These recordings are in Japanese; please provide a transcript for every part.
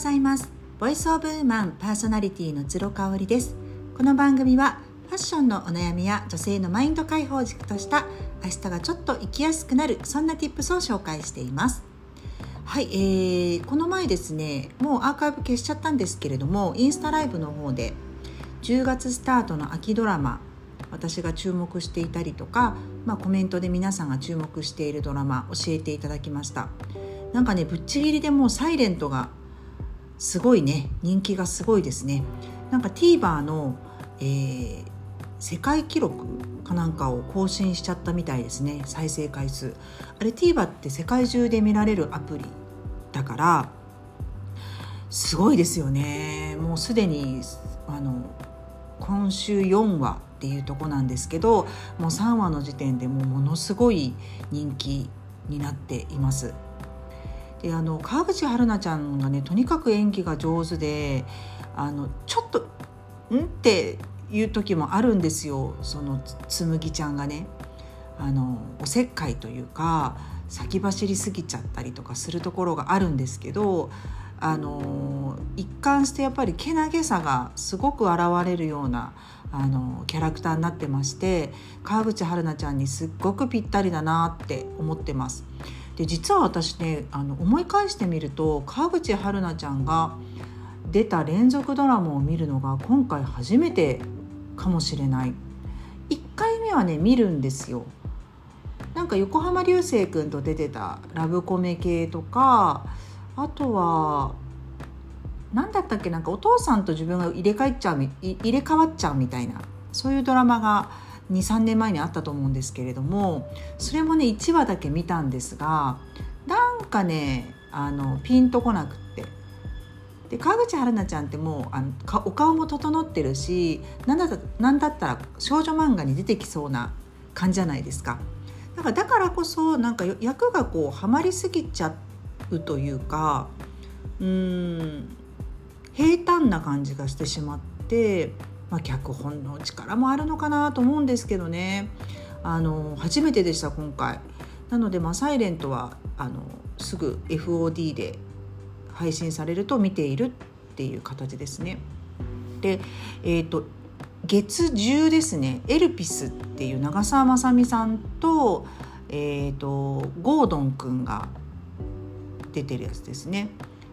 ございます。ボイスオブウーマンパーソナリティの鶴香織です。この番組はファッションのお悩みや女性のマインド解放軸とした明日がちょっと生きやすくなる、そんな Tips を紹介しています。はい、この前ですね、もうアーカイブ消しちゃったんですけれども、インスタライブの方で10月スタートの秋ドラマ、私が注目していたりとか、コメントで皆さんが注目しているドラマ教えていただきました。なんかね、ぶっちぎりでもうサイレントがすごいね、人気がすごいですね。なんか TVer の、世界記録かなんかを更新しちゃったみたいですね、再生回数。あれ TVer って世界中で見られるアプリだからすごいですよね。もうすでに今週4話っていうとこなんですけど、もう3話の時点でもうものすごい人気になっています。で川口春奈ちゃんがね、とにかく演技が上手で、ちょっとっていう時もあるんですよ。その紬ちゃんがね、おせっかいというか先走りすぎちゃったりとかするところがあるんですけど、一貫してやっぱりけなげさがすごく現れるようなキャラクターになってまして、川口春奈ちゃんにすっごくぴったりだなって思ってます。で実は私ね、思い返してみると川口春奈ちゃんが出た連続ドラマを見るのが今回初めてかもしれない。1回目はね見るんですよ。なんか横浜流星くんと出てたラブコメ系とか、あとは何だったっけ、なんかお父さんと自分が入れ替わっちゃうみたいな、そういうドラマが 2,3 年前にあったと思うんですけれども、それもね1話だけ見たんですが、なんかねピンとこなくって、で川口春奈ちゃんってもうお顔も整ってるし、なんだったら少女漫画に出てきそうな感じじゃないですか。だからこそなんか役がこうハマりすぎちゃうというか、平坦な感じがしてしまって、脚本の力もあるのかなと思うんですけどね。初めてでした今回。なのでサイレントはすぐ FOD で配信されると見ているっていう形ですね。で、月10ですね、エルピスっていう長澤まさみさんと、ゴードンくんが出てるやつですね。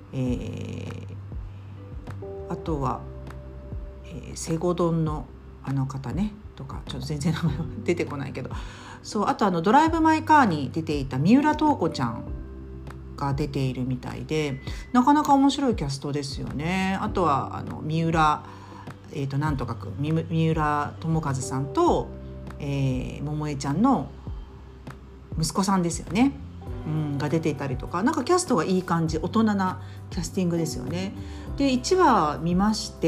あとは、セゴドンの方ねとか、ちょっと全然名前は出てこないけど、そう、あとドライブ・マイ・カーに出ていた三浦透子ちゃんが出ているみたいで、なかなか面白いキャストですよね。あとは三浦なんとかくん、三浦友和さんと、桃江ちゃんの息子さんですよね、が出ていたりとか、なんかキャストがいい感じ、大人なキャスティングですよね。で1話見まして、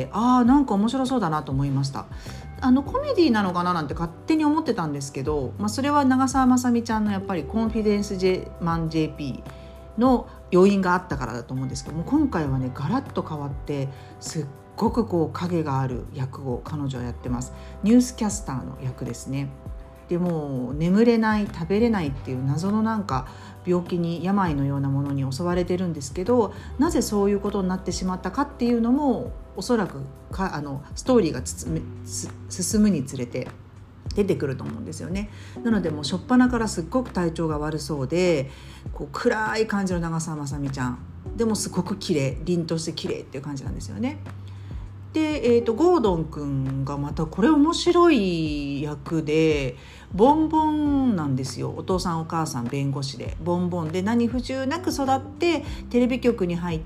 なんか面白そうだなと思いました。コメディなのかななんて勝手に思ってたんですけど、それは長澤まさみちゃんのやっぱりコンフィデンスマン JP の要因があったからだと思うんですけども、今回はねガラッと変わってすっごくこう影がある役を彼女はやってます。ニュースキャスターの役ですね。でも眠れない、食べれないっていう謎のなんか病気に、病のようなものに襲われてるんですけど、なぜそういうことになってしまったかっていうのもおそらくストーリーが進むにつれて出てくると思うんですよね。なのでもう初っ端からすっごく体調が悪そうで、こう暗い感じの長澤まさみちゃんでもすごく綺麗、凛として綺麗っていう感じなんですよね。で、ゴードンくんがまたこれ面白い役で、ボンボンなんですよ。お父さんお母さん弁護士でボンボンで、何不自由なく育ってテレビ局に入って、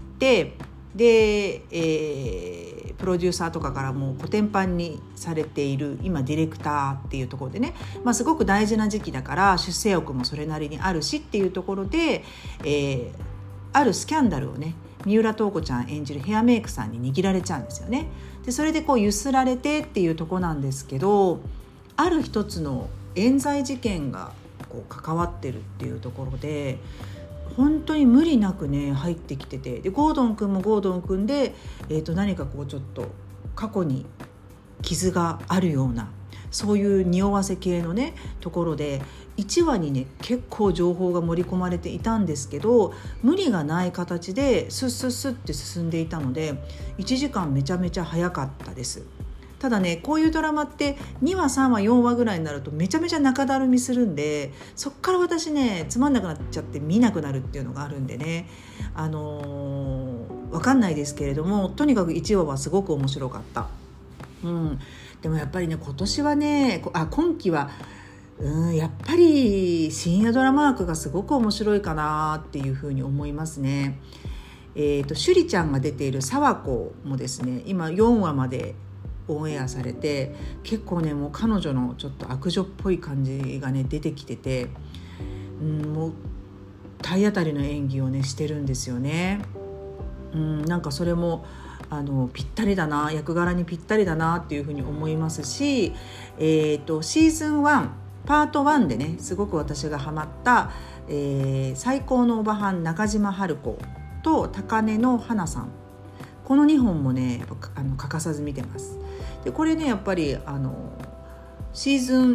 で、プロデューサーとかからもうコテンパンにされている今ディレクターっていうところでね、すごく大事な時期だから出世欲もそれなりにあるしっていうところで、あるスキャンダルをね、三浦透子ちゃん演じるヘアメイクさんに握られちゃうんですよね。でそれでこうゆすられてっていうとこなんですけど、ある一つの冤罪事件がこう関わってるっていうところで、本当に無理なくね入ってきてて、でゴードンくんもゴードンくんで、何かこうちょっと過去に傷があるような、 そういう匂わせ系のねところで1話にね結構情報が盛り込まれていたんですけど、無理がない形でスッスッスッって進んでいたので1時間めちゃめちゃ早かったです。ただね、こういうドラマって2話3話4話ぐらいになるとめちゃめちゃ中だるみするんで、そっから私ねつまんなくなっちゃって見なくなるっていうのがあるんでね、わかんないですけれども、とにかく1話はすごく面白かった。でもやっぱりね今年はね今期はやっぱり深夜ドラマ枠がすごく面白いかなっていうふうに思いますね。趣里ちゃんが出ている沢子もですね今4話までオンエアされて、結構ねもう彼女のちょっと悪女っぽい感じがね出てきてて、もう体当たりの演技をねしてるんですよね。なんかそれもぴったりだな、役柄にぴったりだなっていうふうに思いますし、シーズン1パート1でねすごく私がハマった、最高のおばはん中島春子と高根の花さん、この2本もね欠かさず見てます。でこれねやっぱりシーズン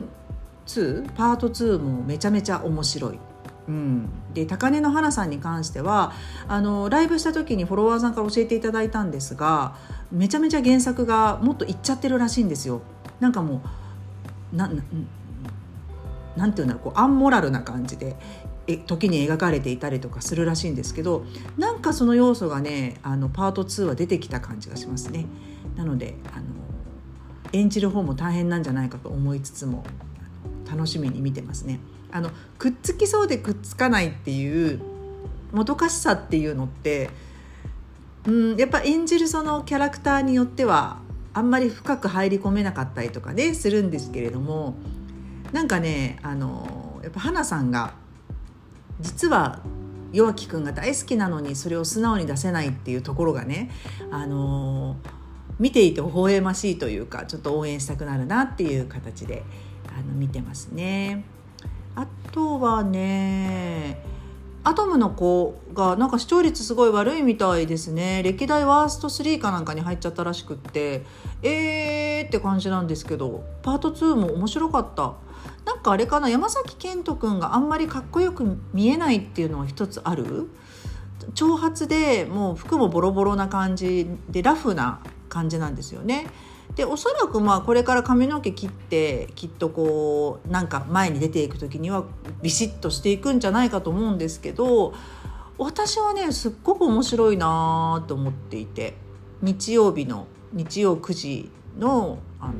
2パート2もめちゃめちゃ面白い。で高根の花さんに関してはライブした時にフォロワーさんから教えていただいたんですが、めちゃめちゃ原作がもっといっちゃってるらしいんですよ。なんかもうなんていうんだろう、こうアンモラルな感じで時に描かれていたりとかするらしいんですけど、なんかその要素がねパート2は出てきた感じがしますね。なので演じる方も大変なんじゃないかと思いつつも楽しみに見てますね。くっつきそうでくっつかないっていうもどかしさっていうのってやっぱ演じるそのキャラクターによってはあんまり深く入り込めなかったりとかねするんですけれども、なんかねやっぱ花さんが実は弱樹くんが大好きなのにそれを素直に出せないっていうところがね見ていて微笑ましいというか、ちょっと応援したくなるなっていう形で見てますね。あとはねアトムの子がなんか視聴率すごい悪いみたいですね。歴代ワースト3かなんかに入っちゃったらしくってって感じなんですけど、パート2も面白かった。なんかあれかな、山崎賢人くんがあんまりかっこよく見えないっていうのは一つある。長髪でもう服もボロボロな感じでラフな感じなんですよね。でおそらくこれから髪の毛切ってきっとこうなんか前に出ていく時にはビシッとしていくんじゃないかと思うんですけど、私はねすっごく面白いなと思っていて、日曜9時の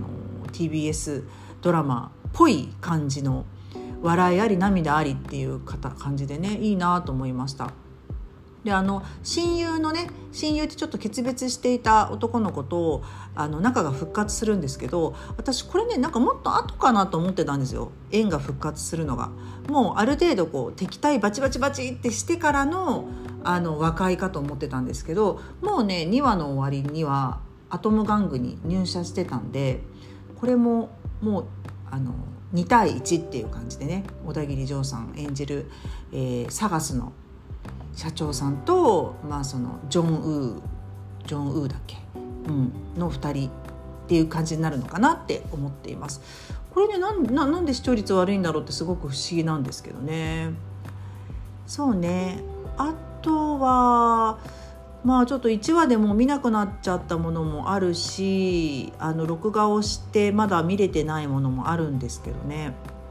TBS ドラマっぽい感じの笑いあり涙ありっていう感じでねいいなと思いました。で親友ってちょっと決別していた男の子と仲が復活するんですけど、私これねなんかもっと後かなと思ってたんですよ。縁が復活するのがもうある程度こう敵対バチバチバチってしてからの和解かと思ってたんですけど、もうね2話の終わりにはアトム玩具に入社してたんで、これももう2対1っていう感じでね、小田切丈さん演じる、サガスの社長さんと、そのジョン・ウーだっけ、の2人っていう感じになるのかなって思っています。これねなんで視聴率悪いんだろうってすごく不思議なんですけどね。そうね、あとはちょっと1話でも見なくなっちゃったものもあるし、録画をしてまだ見れてないものもあるんですけどね。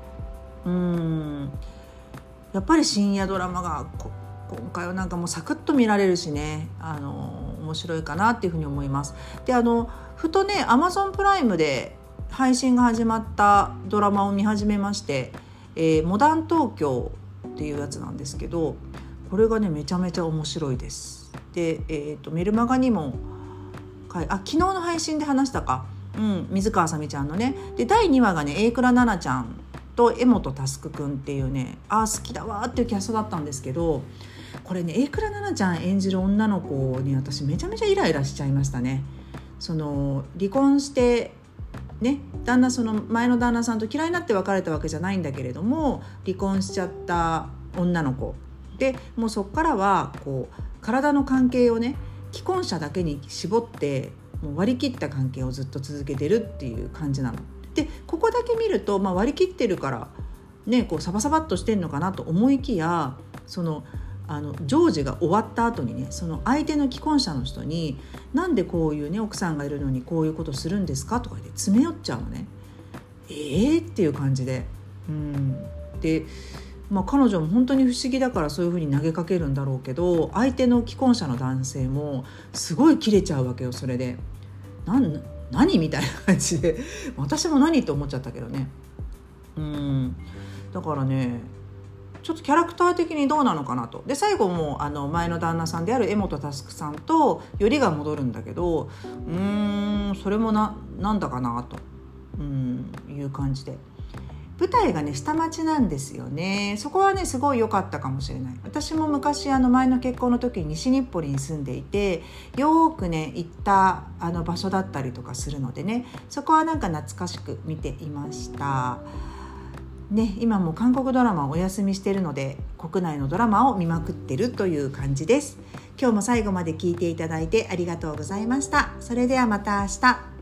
やっぱり深夜ドラマが今回はなんかもうサクッと見られるしね、面白いかなっていうふうに思います。でふとね Amazon プライムで配信が始まったドラマを見始めまして、モダン東京っていうやつなんですけど、これがねめちゃめちゃ面白いです。で、メルマガにも昨日の配信で話したか、水川あさみちゃんのね。で第2話がね榮倉奈々ちゃんと江本佑くんっていうね好きだわっていうキャストだったんですけど、これね榮倉奈々ちゃん演じる女の子に私めちゃめちゃイライラしちゃいましたね。離婚してね、その前の旦那さんと嫌いになって別れたわけじゃないんだけれども、離婚しちゃった女の子で、もうそこからはこう体の関係をね既婚者だけに絞ってもう割り切った関係をずっと続けてるっていう感じなの。 でここだけ見ると、割り切ってるからね、こうサバサバっとしてんのかなと思いきや、その常時が終わった後にね、その相手の既婚者の人になんでこういうね奥さんがいるのにこういうことするんですかとか言って詰め寄っちゃうのね。っていう感じで、で、彼女も本当に不思議だからそういうふうに投げかけるんだろうけど、相手の既婚者の男性もすごいキレちゃうわけよ。それで何みたいな感じで私も何と思っちゃったけどね。だからね、ちょっとキャラクター的にどうなのかなと。で最後も前の旦那さんである江本佑さんとよりが戻るんだけど、それもなんだかなという感じで、舞台がね下町なんですよね。そこはねすごい良かったかもしれない。私も昔前の結婚の時に西日暮里に住んでいて、よくね行った場所だったりとかするのでね、そこはなんか懐かしく見ていましたね。今も韓国ドラマをお休みしているので、国内のドラマを見まくってるという感じです。今日も最後まで聞いていただいてありがとうございました。それではまた明日。